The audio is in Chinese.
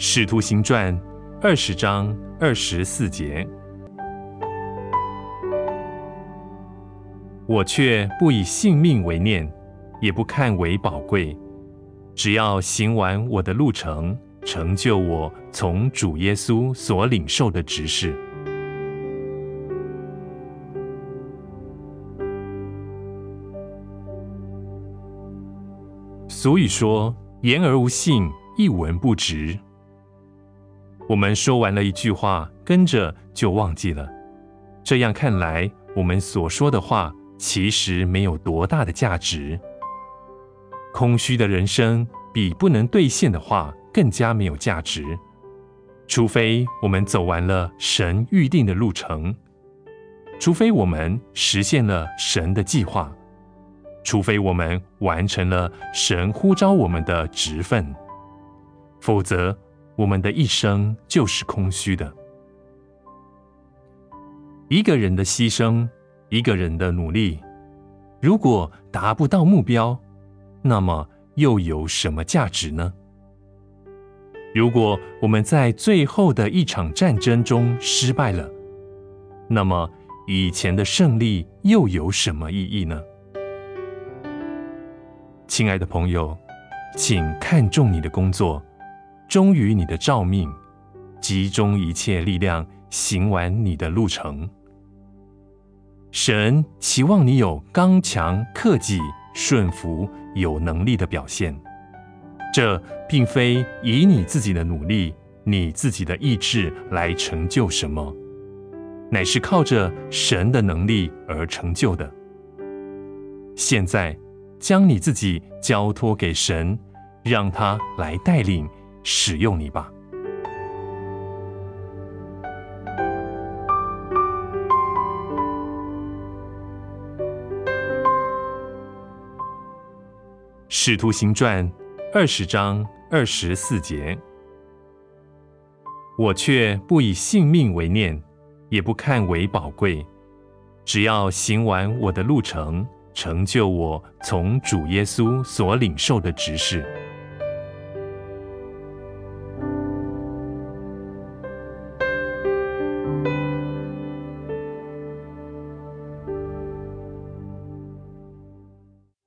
使徒行传20章24节。我却不以性命为念，也不看为宝贵，只要行完我的路程，成就我从主耶稣所领受的职事。俗语说，言而无信，一文不值。我们说完了一句话，跟着就忘记了。这样看来，我们所说的话其实没有多大的价值。空虚的人生比不能兑现的话更加没有价值，除非我们走完了神预定的路程，除非我们实现了神的计划，除非我们完成了神呼召我们的职分，否则我们的一生就是空虚的。一个人的牺牲，一个人的努力，如果达不到目标，那么又有什么价值呢？如果我们在最后的一场战争中失败了，那么以前的胜利又有什么意义呢？亲爱的朋友，请看重你的工作，忠于你的召命，集中一切力量行完你的路程。神期望你有刚强、克己、顺服、有能力的表现。这并非以你自己的努力、你自己的意志来成就什么，乃是靠着神的能力而成就的。现在，将你自己交托给神，让他来带领、使用你吧。使徒行传20章24节。我却不以性命为念，也不看为宝贵，只要行完我的路程，成就我从主耶稣所领受的职事。